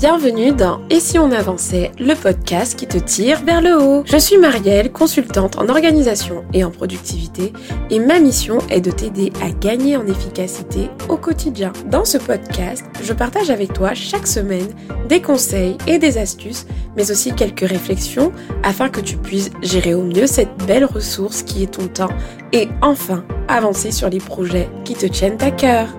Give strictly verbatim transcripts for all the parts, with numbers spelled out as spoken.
Bienvenue dans Et si on avançait, le podcast qui te tire vers le haut. Je suis Marielle, consultante en organisation et en productivité, et ma mission est de t'aider à gagner en efficacité au quotidien. Dans ce podcast, je partage avec toi chaque semaine des conseils et des astuces, mais aussi quelques réflexions afin que tu puisses gérer au mieux cette belle ressource qui est ton temps et enfin avancer sur les projets qui te tiennent à cœur.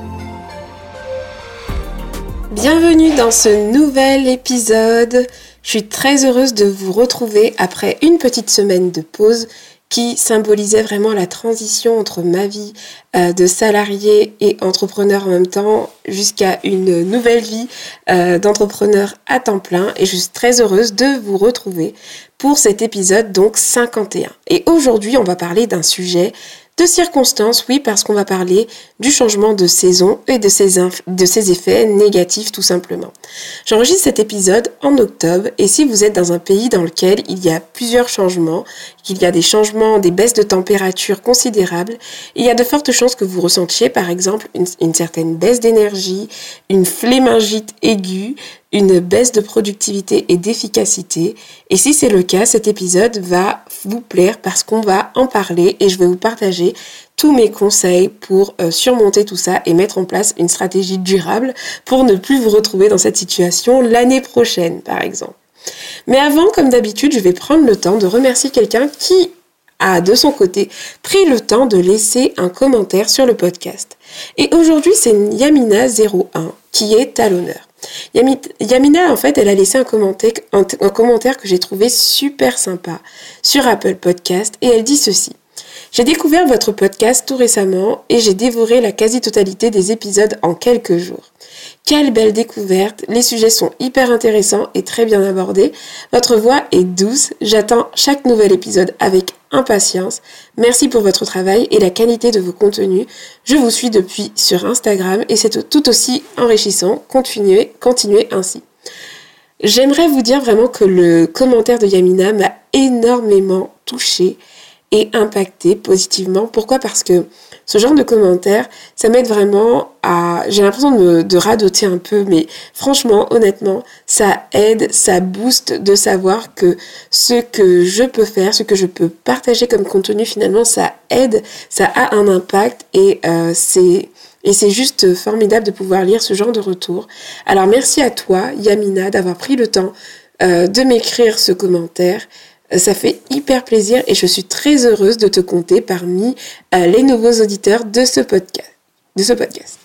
Bienvenue dans ce nouvel épisode. Je suis très heureuse de vous retrouver après une petite semaine de pause qui symbolisait vraiment la transition entre ma vie euh, de salarié et entrepreneur en même temps jusqu'à une nouvelle vie euh, d'entrepreneur à temps plein. Et je suis très heureuse de vous retrouver pour cet épisode donc cinquante et un. Et aujourd'hui, on va parler d'un sujet de circonstances, oui, parce qu'on va parler du changement de saison et de ses, inf- de ses effets négatifs tout simplement. J'enregistre cet épisode en octobre et si vous êtes dans un pays dans lequel il y a plusieurs changements, qu'il y a des changements, des baisses de température considérables, il y a de fortes chances que vous ressentiez par exemple une, une certaine baisse d'énergie, une flémingite aiguë, une baisse de productivité et d'efficacité. Et si c'est le cas, cet épisode va vous plaire parce qu'on va en parler et je vais vous partager tous mes conseils pour euh, surmonter tout ça et mettre en place une stratégie durable pour ne plus vous retrouver dans cette situation l'année prochaine, par exemple. Mais avant, comme d'habitude, je vais prendre le temps de remercier quelqu'un qui a, de son côté, pris le temps de laisser un commentaire sur le podcast. Et aujourd'hui, c'est Yamina zéro un qui est à l'honneur. Yamina, en fait, elle a laissé un commentaire, un, un commentaire que j'ai trouvé super sympa sur Apple Podcast et elle dit ceci. J'ai découvert votre podcast tout récemment et j'ai dévoré la quasi-totalité des épisodes en quelques jours. Quelle belle découverte, les sujets sont hyper intéressants et très bien abordés. Votre voix est douce, j'attends chaque nouvel épisode avec impatience. Merci pour votre travail et la qualité de vos contenus. Je vous suis depuis sur Instagram et c'est tout aussi enrichissant. Continuez, continuez ainsi. J'aimerais vous dire vraiment que le commentaire de Yamina m'a énormément touchée et impacté positivement. Pourquoi ? Parce que ce genre de commentaires, ça m'aide vraiment à... J'ai l'impression de, me, de radoter un peu, mais franchement, honnêtement, ça aide, ça booste de savoir que ce que je peux faire, ce que je peux partager comme contenu, finalement, ça aide, ça a un impact et euh, c'est... Et c'est juste formidable de pouvoir lire ce genre de retour. Alors merci à toi, Yamina, d'avoir pris le temps euh, de m'écrire ce commentaire. Ça fait hyper plaisir et je suis très heureuse de te compter parmi euh, les nouveaux auditeurs de ce podcast. De ce podcast.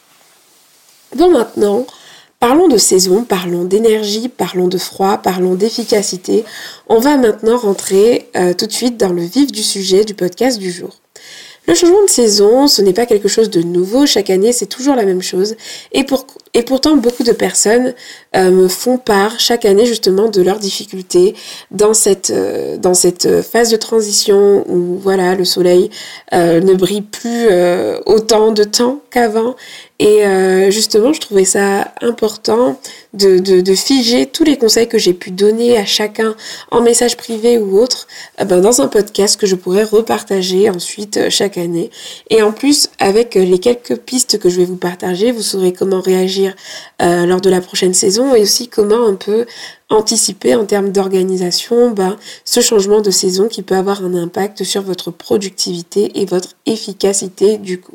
Bon, maintenant, parlons de saison, parlons d'énergie, parlons de froid, parlons d'efficacité. On va maintenant rentrer euh, tout de suite dans le vif du sujet du podcast du jour. Le changement de saison, ce n'est pas quelque chose de nouveau. Chaque année, c'est toujours la même chose. Et, pour, et pourtant, beaucoup de personnes euh, me font part chaque année justement de leurs difficultés dans cette, euh, dans cette phase de transition où voilà, le soleil euh, ne brille plus euh, autant de temps qu'avant. Et euh, justement, je trouvais ça important de, de, de figer tous les conseils que j'ai pu donner à chacun en message privé ou autre euh, ben, dans un podcast que je pourrais repartager ensuite euh, chaque année. Et en plus, avec les quelques pistes que je vais vous partager, vous saurez comment réagir euh, lors de la prochaine saison et aussi comment un peu anticiper en termes d'organisation ben, ce changement de saison qui peut avoir un impact sur votre productivité et votre efficacité du coup.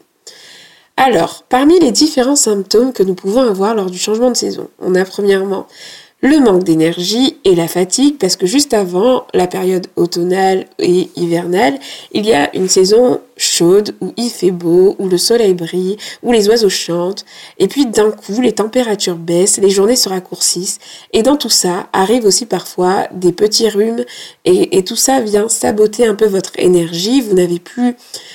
Alors, parmi les différents symptômes que nous pouvons avoir lors du changement de saison, on a premièrement le manque d'énergie et la fatigue, parce que juste avant la période automnale et hivernale, il y a une saison chaude où il fait beau, où le soleil brille, où les oiseaux chantent, et puis d'un coup, les températures baissent, les journées se raccourcissent, et dans tout ça, arrivent aussi parfois des petits rhumes, et, et tout ça vient saboter un peu votre énergie, vous n'avez plus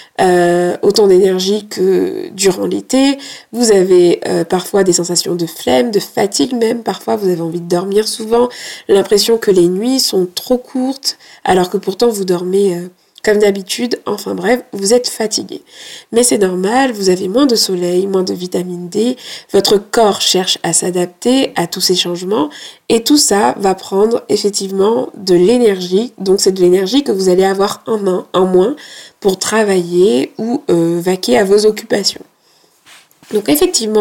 Euh, autant d'énergie que durant l'été, vous avez euh, parfois des sensations de flemme, de fatigue même, parfois vous avez envie de dormir souvent, l'impression que les nuits sont trop courtes alors que pourtant vous dormez euh, comme d'habitude, enfin bref, vous êtes fatigué. Mais c'est normal, vous avez moins de soleil, moins de vitamine D, votre corps cherche à s'adapter à tous ces changements et tout ça va prendre effectivement de l'énergie, donc c'est de l'énergie que vous allez avoir en main, en moins pour travailler ou euh, vaquer à vos occupations. Donc effectivement,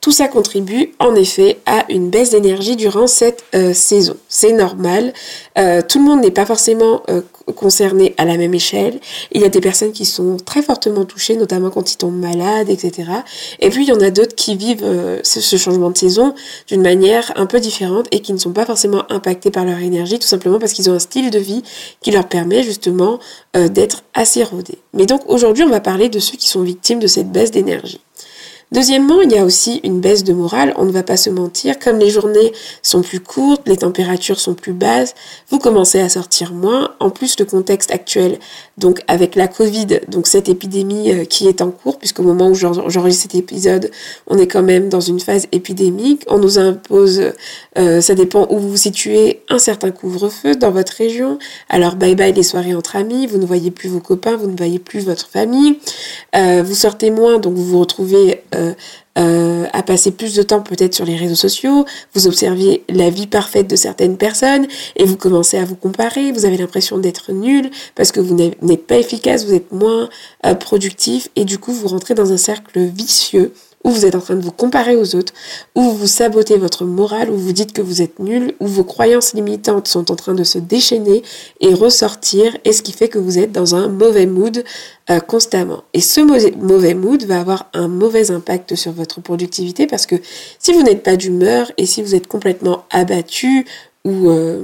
Tout ça contribue en effet à une baisse d'énergie durant cette euh, saison. C'est normal. Euh, tout le monde n'est pas forcément euh, concerné à la même échelle. Il y a des personnes qui sont très fortement touchées, notamment quand ils tombent malades, et cetera. Et puis il y en a d'autres qui vivent euh, ce, ce changement de saison d'une manière un peu différente et qui ne sont pas forcément impactés par leur énergie, tout simplement parce qu'ils ont un style de vie qui leur permet justement euh, d'être assez rodés. Mais donc aujourd'hui, on va parler de ceux qui sont victimes de cette baisse d'énergie. Deuxièmement, il y a aussi une baisse de morale, on ne va pas se mentir, comme les journées sont plus courtes, les températures sont plus basses, vous commencez à sortir moins, en plus le contexte actuel, donc avec la Covid, donc cette épidémie euh, qui est en cours, puisqu'au moment où j'enregistre cet épisode, on est quand même dans une phase épidémique, on nous impose, euh, ça dépend où vous vous situez, un certain couvre-feu dans votre région, alors bye bye les soirées entre amis, vous ne voyez plus vos copains, vous ne voyez plus votre famille, euh, vous sortez moins, donc vous vous retrouvez euh, Euh, euh, à passer plus de temps peut-être sur les réseaux sociaux, vous observez la vie parfaite de certaines personnes et vous commencez à vous comparer, vous avez l'impression d'être nul parce que vous n'êtes pas efficace, vous êtes moins euh, productif et du coup vous rentrez dans un cercle vicieux où vous êtes en train de vous comparer aux autres, où vous sabotez votre morale, où vous dites que vous êtes nul, où vos croyances limitantes sont en train de se déchaîner et ressortir, et ce qui fait que vous êtes dans un mauvais mood euh, constamment. Et ce mauvais mood va avoir un mauvais impact sur votre productivité parce que si vous n'êtes pas d'humeur et si vous êtes complètement abattu ou... Euh,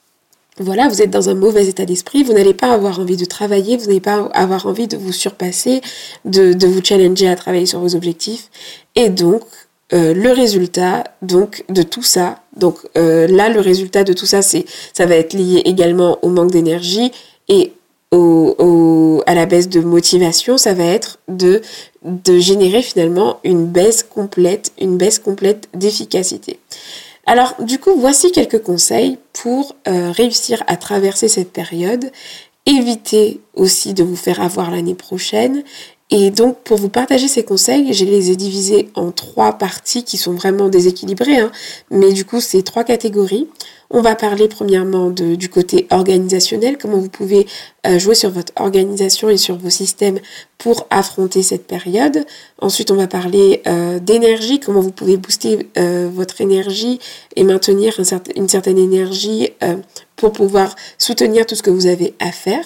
Voilà, vous êtes dans un mauvais état d'esprit, vous n'allez pas avoir envie de travailler, vous n'allez pas avoir envie de vous surpasser, de, de vous challenger à travailler sur vos objectifs. Et donc, euh, le résultat donc de tout ça, donc euh, là, le résultat de tout ça, c'est, ça va être lié également au manque d'énergie et au, au, à la baisse de motivation, ça va être de, de générer finalement une baisse complète, une baisse complète d'efficacité. Alors, du coup, voici quelques conseils pour euh, réussir à traverser cette période, éviter aussi de vous faire avoir l'année prochaine. Et donc, pour vous partager ces conseils, je les ai divisés en trois parties qui sont vraiment déséquilibrées, hein, mais du coup, c'est trois catégories. On va parler premièrement de, du côté organisationnel, comment vous pouvez euh, jouer sur votre organisation et sur vos systèmes pour affronter cette période. Ensuite, on va parler euh, d'énergie, comment vous pouvez booster euh, votre énergie et maintenir un certain, une certaine énergie euh, pour pouvoir soutenir tout ce que vous avez à faire.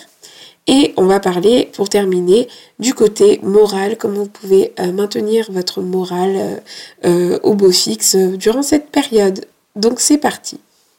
Et on va parler, pour terminer, du côté moral, comment vous pouvez euh, maintenir votre morale euh, euh, au beau fixe euh, durant cette période. Donc c'est parti.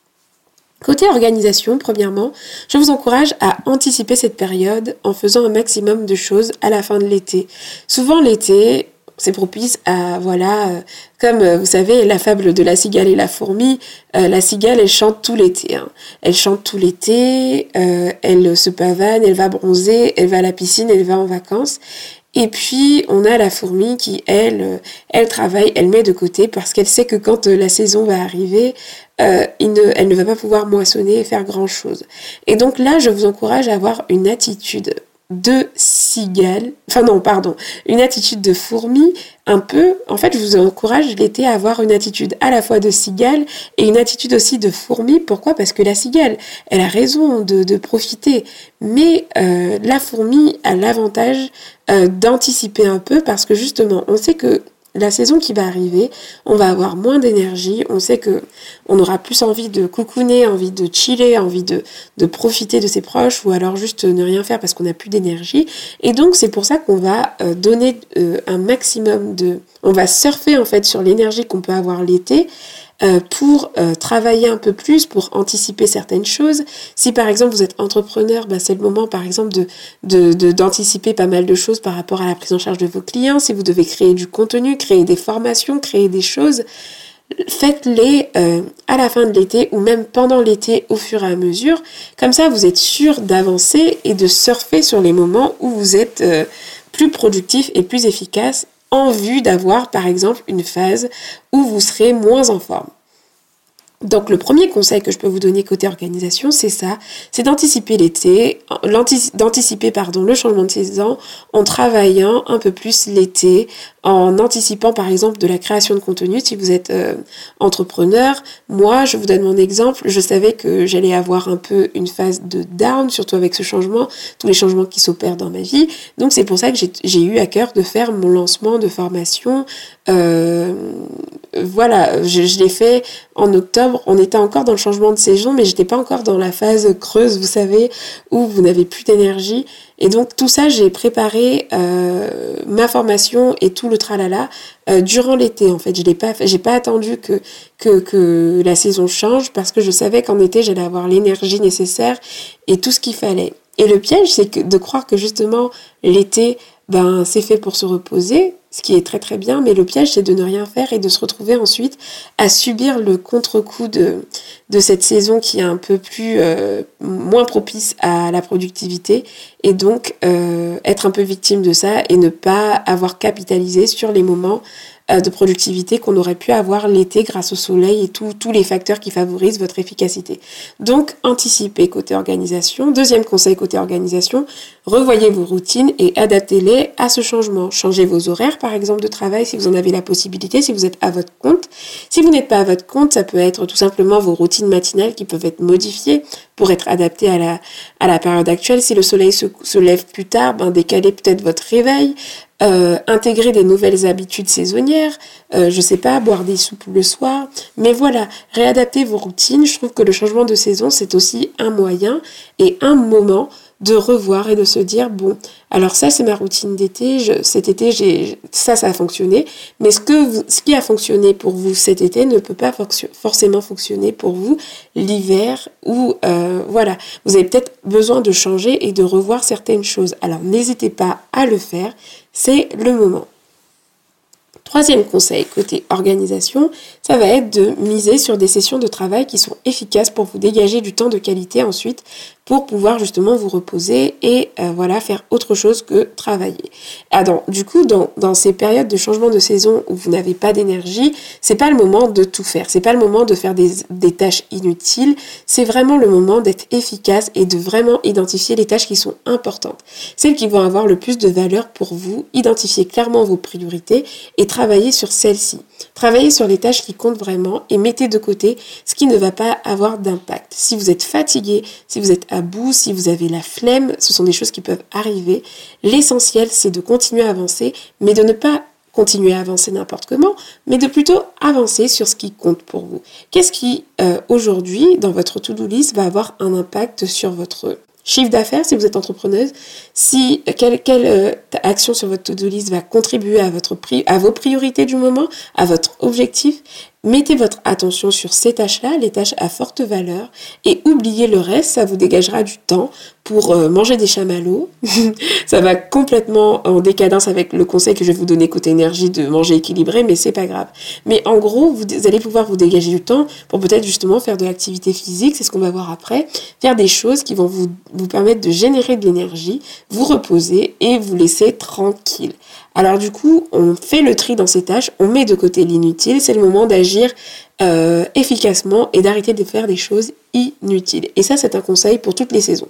Côté organisation, premièrement, je vous encourage à anticiper cette période en faisant un maximum de choses à la fin de l'été. Souvent l'été, c'est propice à, voilà, euh, comme euh, vous savez, la fable de la cigale et la fourmi, euh, la cigale, elle chante tout l'été. Hein. Elle chante tout l'été, euh, elle se pavane, elle va bronzer, elle va à la piscine, elle va en vacances. Et puis, on a la fourmi qui, elle, euh, elle travaille, elle met de côté parce qu'elle sait que quand euh, la saison va arriver, euh, il ne, elle ne va pas pouvoir moissonner et faire grand-chose. Et donc là, je vous encourage à avoir une attitude de cigale, enfin non, pardon, une attitude de fourmi, un peu, en fait, je vous encourage l'été à avoir une attitude à la fois de cigale et une attitude aussi de fourmi. Pourquoi ? Parce que la cigale, elle a raison de, de profiter, mais euh, la fourmi a l'avantage euh, d'anticiper un peu parce que justement, on sait que la saison qui va arriver, on va avoir moins d'énergie, on sait que on aura plus envie de cocooner, envie de chiller, envie de, de profiter de ses proches ou alors juste ne rien faire parce qu'on n'a plus d'énergie. Et donc c'est pour ça qu'on va euh, donner euh, un maximum de... On va surfer en fait sur l'énergie qu'on peut avoir l'été euh, pour euh, travailler un peu plus, pour anticiper certaines choses. Si par exemple vous êtes entrepreneur, ben, c'est le moment par exemple de, de, de, d'anticiper pas mal de choses par rapport à la prise en charge de vos clients. Si vous devez créer du contenu, créer des formations, créer des choses, faites-les euh, à la fin de l'été ou même pendant l'été au fur et à mesure. Comme ça, vous êtes sûr d'avancer et de surfer sur les moments où vous êtes euh, plus productif et plus efficace en vue d'avoir par exemple une phase où vous serez moins en forme. Donc le premier conseil que je peux vous donner côté organisation, c'est ça, c'est d'anticiper l'été, d'anticiper pardon le changement de saison en travaillant un peu plus l'été, en anticipant par exemple de la création de contenu. Si vous êtes euh, entrepreneur, moi je vous donne mon exemple, je savais que j'allais avoir un peu une phase de down, surtout avec ce changement, tous les changements qui s'opèrent dans ma vie. Donc c'est pour ça que j'ai, j'ai eu à cœur de faire mon lancement de formation. Euh, voilà, je, je l'ai fait en octobre. On était encore dans le changement de saison, mais j'étais pas encore dans la phase creuse, vous savez, où vous n'avez plus d'énergie. Et donc tout ça, j'ai préparé euh, ma formation et tout le tralala euh, durant l'été. En fait, je l'ai pas, fait, j'ai pas attendu que que que la saison change parce que je savais qu'en été j'allais avoir l'énergie nécessaire et tout ce qu'il fallait. Et le piège, c'est que de croire que justement l'été, ben c'est fait pour se reposer, ce qui est très très bien, mais le piège c'est de ne rien faire et de se retrouver ensuite à subir le contre-coup de, de cette saison qui est un peu plus euh, moins propice à la productivité et donc euh, être un peu victime de ça et ne pas avoir capitalisé sur les moments euh, de productivité qu'on aurait pu avoir l'été grâce au soleil et tous les facteurs qui favorisent votre efficacité. Donc anticipez côté organisation. Deuxième conseil côté organisation, revoyez vos routines et adaptez-les à ce changement. Changez vos horaires par exemple de travail si vous en avez la possibilité, si vous êtes à votre compte. Si vous n'êtes pas à votre compte, ça peut être tout simplement vos routines matinales qui peuvent être modifiées pour être adaptées à la, à la période actuelle. Si le soleil se, se lève plus tard, ben décalez peut-être votre réveil. Euh, intégrer des nouvelles habitudes saisonnières, euh, je sais pas, boire des soupes le soir, mais voilà, réadapter vos routines. Je trouve que le changement de saison, c'est aussi un moyen et un moment de revoir et de se dire, bon, alors ça c'est ma routine d'été, je, cet été j'ai ça ça a fonctionné, mais ce que vous, ce qui a fonctionné pour vous cet été ne peut pas fonction, forcément fonctionner pour vous l'hiver ou euh, voilà, vous avez peut-être besoin de changer et de revoir certaines choses. Alors n'hésitez pas à le faire, c'est le moment. Troisième conseil, côté organisation, ça va être de miser sur des sessions de travail qui sont efficaces pour vous dégager du temps de qualité ensuite pour pouvoir justement vous reposer et euh, voilà faire autre chose que travailler. Ah donc, du coup, dans, dans ces périodes de changement de saison où vous n'avez pas d'énergie, c'est pas le moment de tout faire, c'est pas le moment de faire des, des tâches inutiles, c'est vraiment le moment d'être efficace et de vraiment identifier les tâches qui sont importantes, celles qui vont avoir le plus de valeur pour vous, identifier clairement vos priorités et travailler sur celles-ci. Travaillez sur les tâches qui comptent vraiment et mettez de côté ce qui ne va pas avoir d'impact. Si vous êtes fatigué, si vous êtes à bout, si vous avez la flemme, ce sont des choses qui peuvent arriver. L'essentiel, c'est de continuer à avancer, mais de ne pas continuer à avancer n'importe comment, mais de plutôt avancer sur ce qui compte pour vous. Qu'est-ce qui, euh, aujourd'hui, dans votre to-do list, va avoir un impact sur votre chiffre d'affaires, si vous êtes entrepreneuse, si quelle, quelle euh, action sur votre to-do list va contribuer à votre pri- à vos priorités du moment, à votre objectif. Mettez votre attention sur ces tâches-là, les tâches à forte valeur, et oubliez le reste, ça vous dégagera du temps pour euh, manger des chamallows. Ça va complètement en décadence avec le conseil que je vais vous donner côté énergie de manger équilibré, mais c'est pas grave. Mais en gros, vous, vous allez pouvoir vous dégager du temps pour peut-être justement faire de l'activité physique, c'est ce qu'on va voir après, faire des choses qui vont vous, vous permettre de générer de l'énergie, vous reposer et vous laisser tranquille. Alors du coup, on fait le tri dans ces tâches, on met de côté l'inutile, c'est le moment d'agir euh, efficacement et d'arrêter de faire des choses inutiles. Et ça, c'est un conseil pour toutes les saisons.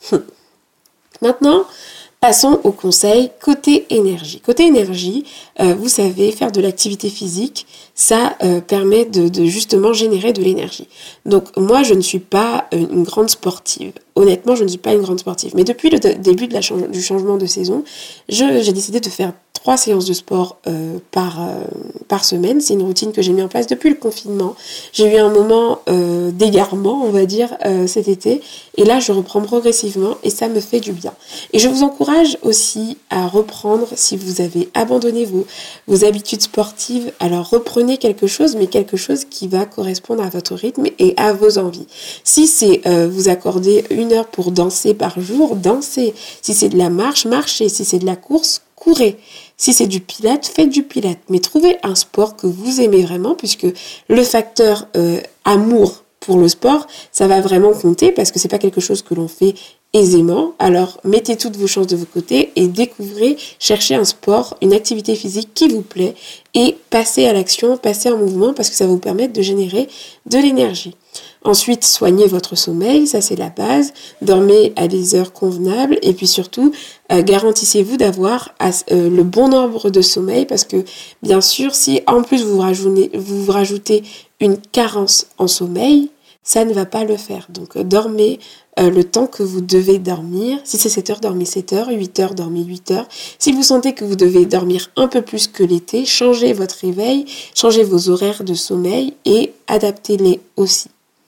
Maintenant, passons au conseil côté énergie. Côté énergie, euh, vous savez, faire de l'activité physique, ça euh, permet de, de justement générer de l'énergie. Donc moi, je ne suis pas une grande sportive. Honnêtement, je ne suis pas une grande sportive. Mais depuis le d- début de la ch- du changement de saison, je, j'ai décidé de faire trois séances de sport euh, par, euh, par semaine. C'est une routine que j'ai mis en place depuis le confinement. J'ai eu un moment euh, d'égarement, on va dire, euh, cet été. Et là, je reprends progressivement et ça me fait du bien. Et je vous encourage aussi à reprendre, si vous avez abandonné vos, vos habitudes sportives, alors reprenez quelque chose, mais quelque chose qui va correspondre à votre rythme et à vos envies. Si c'est euh, vous accorder une heure pour danser par jour, dansez. Si c'est de la marche, marchez. Si c'est de la course, courez. Si c'est du pilate, faites du pilate. Mais trouvez un sport que vous aimez vraiment, puisque le facteur euh, amour pour le sport, ça va vraiment compter parce que c'est pas quelque chose que l'on fait aisément. Alors mettez toutes vos chances de vos côtés et découvrez, cherchez un sport, une activité physique qui vous plaît et passez à l'action, passez en mouvement parce que ça va vous permettre de générer de l'énergie. Ensuite, soignez votre sommeil, ça c'est la base. Dormez à des heures convenables et puis surtout, euh, garantissez-vous d'avoir euh, le bon nombre de sommeil parce que bien sûr, si en plus vous rajoutez, vous rajoutez une carence en sommeil, ça ne va pas le faire. Donc euh, dormez euh, le temps que vous devez dormir. Si c'est sept heures, dormez sept heures, huit heures, dormez huit heures. Si vous sentez que vous devez dormir un peu plus que l'été, changez votre réveil, changez vos horaires de sommeil et adaptez-les aussi.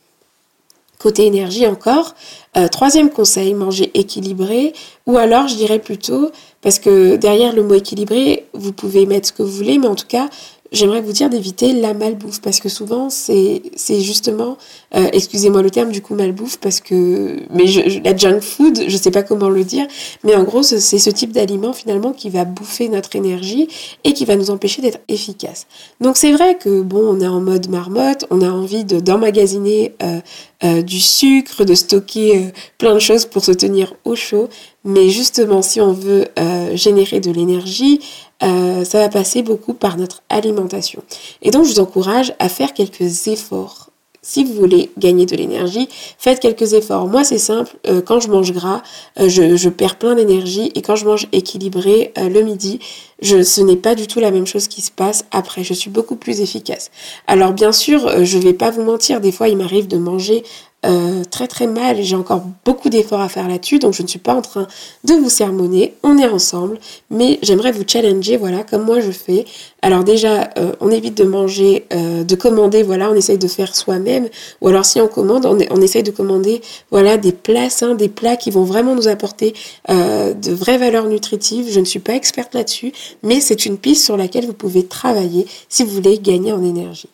Côté énergie encore, euh, troisième conseil, manger équilibré, ou alors je dirais plutôt, parce que derrière le mot équilibré, vous pouvez mettre ce que vous voulez, mais en tout cas, j'aimerais vous dire d'éviter la malbouffe, parce que souvent, c'est, c'est justement, euh, excusez-moi le terme, du coup, malbouffe, parce que, mais je, je, la junk food, je sais pas comment le dire, mais en gros, c'est, c'est ce type d'aliment, finalement, qui va bouffer notre énergie et qui va nous empêcher d'être efficace. Donc, c'est vrai que, bon, on est en mode marmotte, on a envie de, d'emmagasiner euh, euh, du sucre, de stocker euh, plein de choses pour se tenir au chaud, mais justement, si on veut euh, générer de l'énergie, Euh, ça va passer beaucoup par notre alimentation. Et donc, je vous encourage à faire quelques efforts. Si vous voulez gagner de l'énergie, faites quelques efforts. Moi, c'est simple. Euh, quand je mange gras, euh, je, je perds plein d'énergie. Et quand je mange équilibré euh, le midi, je, ce n'est pas du tout la même chose qui se passe après. Je suis beaucoup plus efficace. Alors, bien sûr, euh, je ne vais pas vous mentir. Des fois, il m'arrive de manger Euh, très très mal et j'ai encore beaucoup d'efforts à faire là-dessus, donc je ne suis pas en train de vous sermonner, on est ensemble, mais j'aimerais vous challenger, voilà, comme moi je fais. Alors déjà, euh, on évite de manger, euh, de commander, voilà, on essaye de faire soi-même, ou alors si on commande, on, on essaye de commander, voilà, des plats sains, des plats qui vont vraiment nous apporter euh, de vraies valeurs nutritives. Je ne suis pas experte là-dessus, mais c'est une piste sur laquelle vous pouvez travailler si vous voulez gagner en énergie.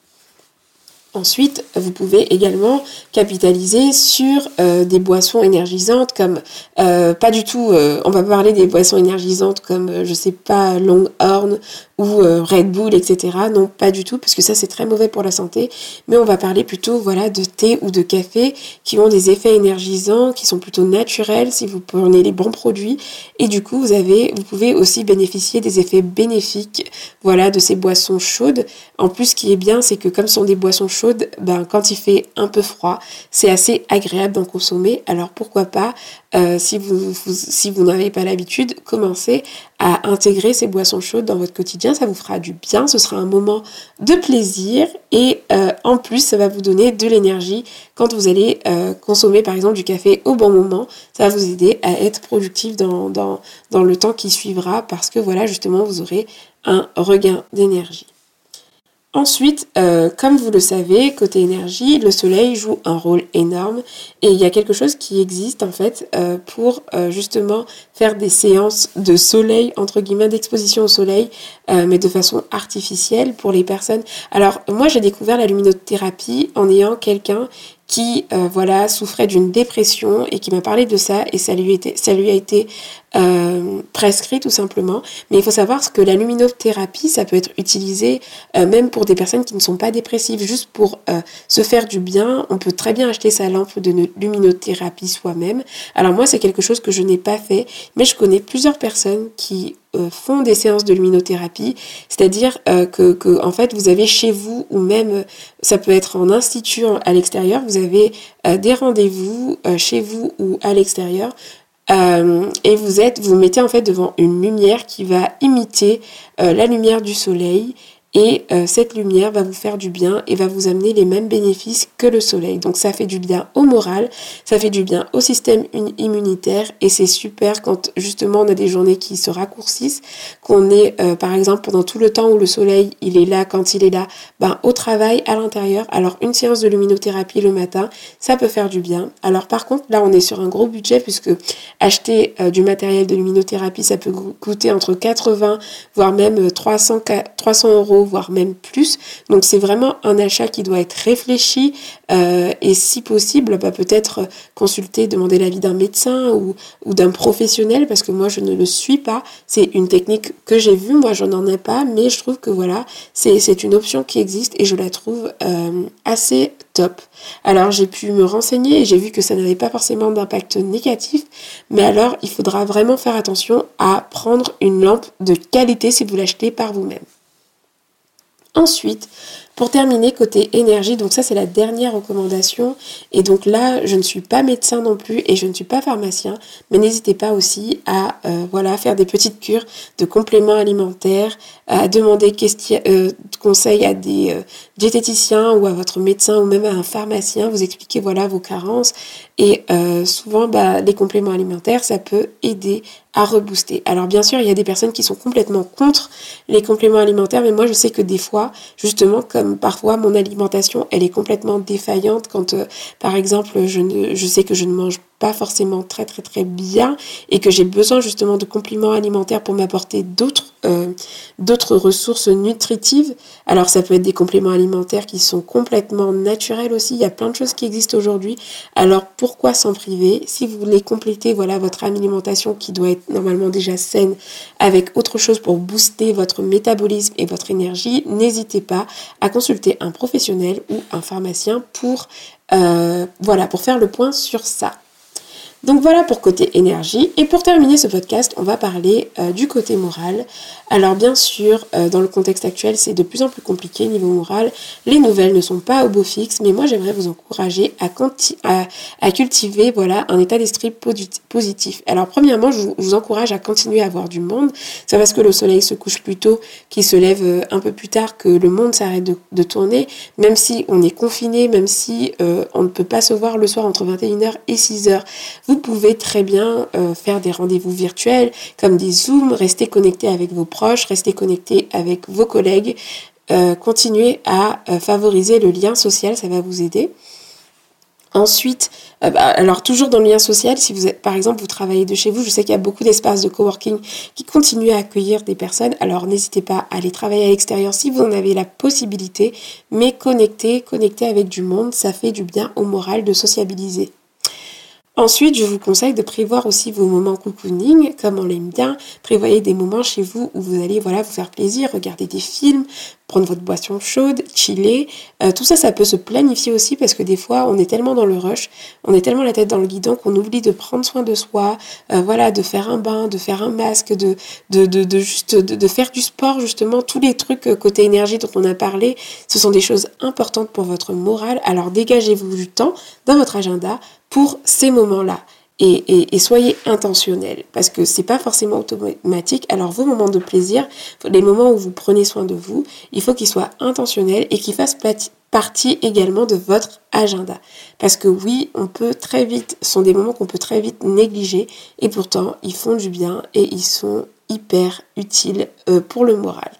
Ensuite, vous pouvez également capitaliser sur euh, des boissons énergisantes comme, euh, pas du tout, euh, on va parler des boissons énergisantes comme, euh, je sais pas, Longhorn ou euh, Red Bull, et cetera. Non, pas du tout, parce que ça c'est très mauvais pour la santé, mais on va parler plutôt, voilà, de thé ou de café qui ont des effets énergisants, qui sont plutôt naturels si vous prenez les bons produits, et du coup vous avez, vous pouvez aussi bénéficier des effets bénéfiques, voilà, de ces boissons chaudes. En plus, ce qui est bien, c'est que comme ce sont des boissons chaudes, ben, quand il fait un peu froid, c'est assez agréable d'en consommer. Alors pourquoi pas, euh, si vous, vous, si vous n'avez pas l'habitude, commencez à intégrer ces boissons chaudes dans votre quotidien. Ça vous fera du bien, ce sera un moment de plaisir et euh, en plus, ça va vous donner de l'énergie quand vous allez euh, consommer par exemple du café au bon moment. Ça va vous aider à être productif dans, dans, dans le temps qui suivra parce que voilà, justement, vous aurez un regain d'énergie. Ensuite, euh, comme vous le savez, côté énergie, le soleil joue un rôle énorme et il y a quelque chose qui existe en fait euh, pour euh, justement faire des séances de soleil, entre guillemets, d'exposition au soleil, euh, mais de façon artificielle pour les personnes. Alors moi j'ai découvert la luminothérapie en ayant quelqu'un qui euh, voilà souffrait d'une dépression et qui m'a parlé de ça et ça lui, était, ça lui a été euh, prescrit tout simplement. Mais il faut savoir que la luminothérapie, ça peut être utilisé euh, même pour des personnes qui ne sont pas dépressives, juste pour euh, se faire du bien. On peut très bien acheter sa lampe de luminothérapie soi-même. Alors moi, c'est quelque chose que je n'ai pas fait, mais je connais plusieurs personnes qui euh, font des séances de luminothérapie, c'est-à-dire euh, que, que en fait vous avez chez vous ou même ça peut être en institut à l'extérieur, vous avez euh, des rendez-vous euh, chez vous ou à l'extérieur. Euh, et vous êtes, vous mettez en fait devant une lumière qui va imiter euh, la lumière du soleil et euh, cette lumière va vous faire du bien et va vous amener les mêmes bénéfices que le soleil. Donc ça fait du bien au moral, ça fait du bien au système immunitaire et c'est super quand justement on a des journées qui se raccourcissent, qu'on est euh, par exemple pendant tout le temps où le soleil il est là, quand il est là, ben, au travail, à l'intérieur. Alors une séance de luminothérapie le matin, ça peut faire du bien. Alors par contre là on est sur un gros budget puisque acheter euh, du matériel de luminothérapie ça peut coûter entre quatre-vingts voire même trois cents euros euros, voire même plus. Donc c'est vraiment un achat qui doit être réfléchi euh, et si possible, bah, peut-être consulter, demander l'avis d'un médecin ou, ou d'un professionnel, parce que moi je ne le suis pas. C'est une technique que j'ai vue, moi je n'en ai pas, mais je trouve que voilà, c'est, c'est une option qui existe et je la trouve euh, assez top. Alors j'ai pu me renseigner et j'ai vu que ça n'avait pas forcément d'impact négatif, mais alors il faudra vraiment faire attention à prendre une lampe de qualité si vous l'achetez par vous-même. Ensuite, pour terminer, côté énergie, donc ça c'est la dernière recommandation, et donc là je ne suis pas médecin non plus et je ne suis pas pharmacien, mais n'hésitez pas aussi à euh, voilà, faire des petites cures de compléments alimentaires, à demander question, euh, conseils à des euh, diététiciens ou à votre médecin ou même à un pharmacien, vous expliquez voilà vos carences, et euh, souvent bah, les compléments alimentaires ça peut aider à rebooster. Alors bien sûr il y a des personnes qui sont complètement contre les compléments alimentaires, mais moi je sais que des fois, justement comme parfois mon alimentation elle est complètement défaillante quand euh, par exemple je, ne, je sais que je ne mange pas forcément très très très bien et que j'ai besoin justement de compléments alimentaires pour m'apporter d'autres, euh, d'autres ressources nutritives. Alors ça peut être des compléments alimentaires qui sont complètement naturels aussi, il y a plein de choses qui existent aujourd'hui, alors pourquoi s'en priver? Si vous voulez compléter voilà, votre alimentation qui doit être normalement déjà saine avec autre chose pour booster votre métabolisme et votre énergie, n'hésitez pas à consulter un professionnel ou un pharmacien pour, euh, voilà, pour faire le point sur ça. Donc voilà pour côté énergie. Et pour terminer ce podcast, on va parler euh, du côté moral. Alors bien sûr, euh, dans le contexte actuel, c'est de plus en plus compliqué niveau moral. Les nouvelles ne sont pas au beau fixe, mais moi j'aimerais vous encourager à, conti- à, à cultiver voilà, un état d'esprit positif. Alors premièrement, je vous, je vous encourage à continuer à avoir du monde. C'est parce que le soleil se couche plus tôt qu'il se lève euh, un peu plus tard que le monde s'arrête de, de tourner. Même si on est confiné, même si euh, on ne peut pas se voir le soir entre vingt et une heures et six heures. Vous pouvez très bien euh, faire des rendez-vous virtuels comme des Zooms, rester connecté avec vos proches, rester connecté avec vos collègues, euh, continuer à euh, favoriser le lien social, ça va vous aider. Ensuite, euh, bah, alors toujours dans le lien social, si vous êtes, par exemple, vous travaillez de chez vous, je sais qu'il y a beaucoup d'espaces de coworking qui continuent à accueillir des personnes, alors n'hésitez pas à aller travailler à l'extérieur si vous en avez la possibilité, mais connecter, connecter avec du monde, ça fait du bien au moral de sociabiliser. Ensuite, je vous conseille de prévoir aussi vos moments cocooning, comme on l'aime bien. Prévoyez des moments chez vous où vous allez voilà, vous faire plaisir, regarder des films, prendre votre boisson chaude, chiller. Euh, tout ça, ça peut se planifier aussi parce que des fois, on est tellement dans le rush, on est tellement la tête dans le guidon qu'on oublie de prendre soin de soi, euh, voilà, de faire un bain, de faire un masque, de, de, de, de, juste, de, de faire du sport, justement. Tous les trucs côté énergie dont on a parlé, ce sont des choses importantes pour votre morale. Alors, dégagez-vous du temps dans votre agenda pour ces moments-là. Et, et, et soyez intentionnels, parce que c'est pas forcément automatique. Alors vos moments de plaisir, les moments où vous prenez soin de vous, il faut qu'ils soient intentionnels et qu'ils fassent partie également de votre agenda. Parce que oui, on peut très vite, ce sont des moments qu'on peut très vite négliger, et pourtant ils font du bien et ils sont hyper utiles euh, pour le moral.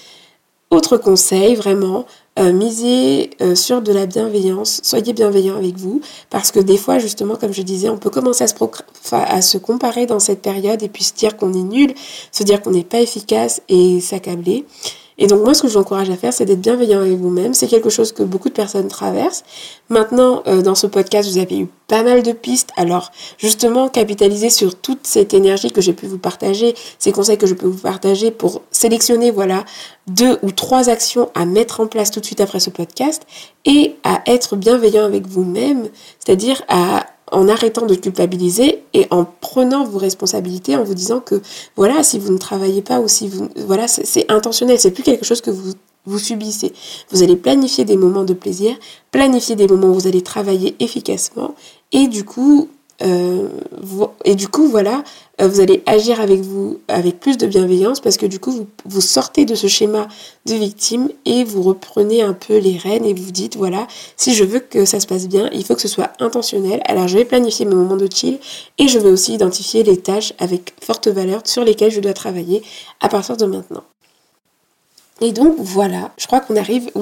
Autre conseil, vraiment, euh, misez euh, sur de la bienveillance, soyez bienveillant avec vous, parce que des fois, justement, comme je disais, on peut commencer à se, procr- à se comparer dans cette période et puis se dire qu'on est nul, se dire qu'on n'est pas efficace et s'accabler. Et donc moi, ce que je vous encourage à faire, c'est d'être bienveillant avec vous-même. C'est quelque chose que beaucoup de personnes traversent. Maintenant, euh, dans ce podcast, vous avez eu pas mal de pistes. Alors, justement, capitaliser sur toute cette énergie que j'ai pu vous partager, ces conseils que je peux vous partager pour sélectionner, voilà, deux ou trois actions à mettre en place tout de suite après ce podcast et à être bienveillant avec vous-même, c'est-à-dire à en arrêtant de culpabiliser et en prenant vos responsabilités, en vous disant que voilà, si vous ne travaillez pas ou si vous voilà, c'est, c'est intentionnel, c'est plus quelque chose que vous vous subissez. Vous allez planifier des moments de plaisir, planifier des moments où vous allez travailler efficacement et du coup euh, et du coup voilà, vous allez agir avec vous avec plus de bienveillance parce que du coup vous, vous sortez de ce schéma de victime et vous reprenez un peu les rênes et vous dites voilà, si je veux que ça se passe bien, il faut que ce soit intentionnel. Alors je vais planifier mes moments de chill et je vais aussi identifier les tâches avec forte valeur sur lesquelles je dois travailler à partir de maintenant. Et donc voilà, je crois qu'on arrive, oui,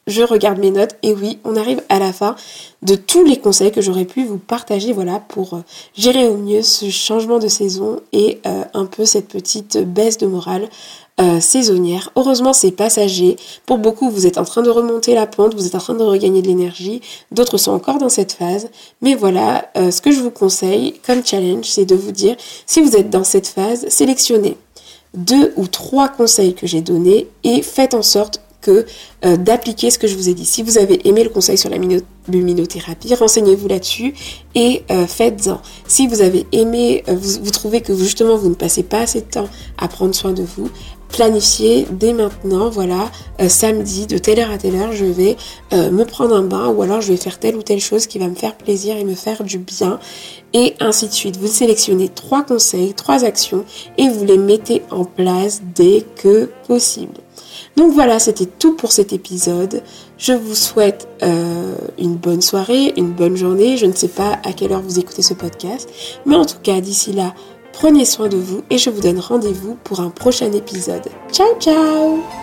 je regarde mes notes et oui, on arrive à la fin de tous les conseils que j'aurais pu vous partager, voilà, pour euh, gérer au mieux ce changement de saison et euh, un peu cette petite baisse de morale euh, saisonnière. Heureusement, c'est passager. Pour beaucoup, vous êtes en train de remonter la pente, vous êtes en train de regagner de l'énergie. D'autres sont encore dans cette phase. Mais voilà, euh, ce que je vous conseille comme challenge, c'est de vous dire, si vous êtes dans cette phase, sélectionnez deux ou trois conseils que j'ai donnés et faites en sorte que euh, d'appliquer ce que je vous ai dit. Si vous avez aimé le conseil sur la mino- luminothérapie, renseignez-vous là-dessus et euh, faites-en. Si vous avez aimé, euh, vous, vous trouvez que vous, justement vous ne passez pas assez de temps à prendre soin de vous, planifiez dès maintenant, voilà, euh, samedi de telle heure à telle heure, je vais euh, me prendre un bain ou alors je vais faire telle ou telle chose qui va me faire plaisir et me faire du bien et ainsi de suite. Vous sélectionnez trois conseils, trois actions et vous les mettez en place dès que possible. Donc voilà, c'était tout pour cet épisode. Je vous souhaite euh, une bonne soirée, une bonne journée. Je ne sais pas à quelle heure vous écoutez ce podcast, mais en tout cas, d'ici là, prenez soin de vous et je vous donne rendez-vous pour un prochain épisode. Ciao, ciao!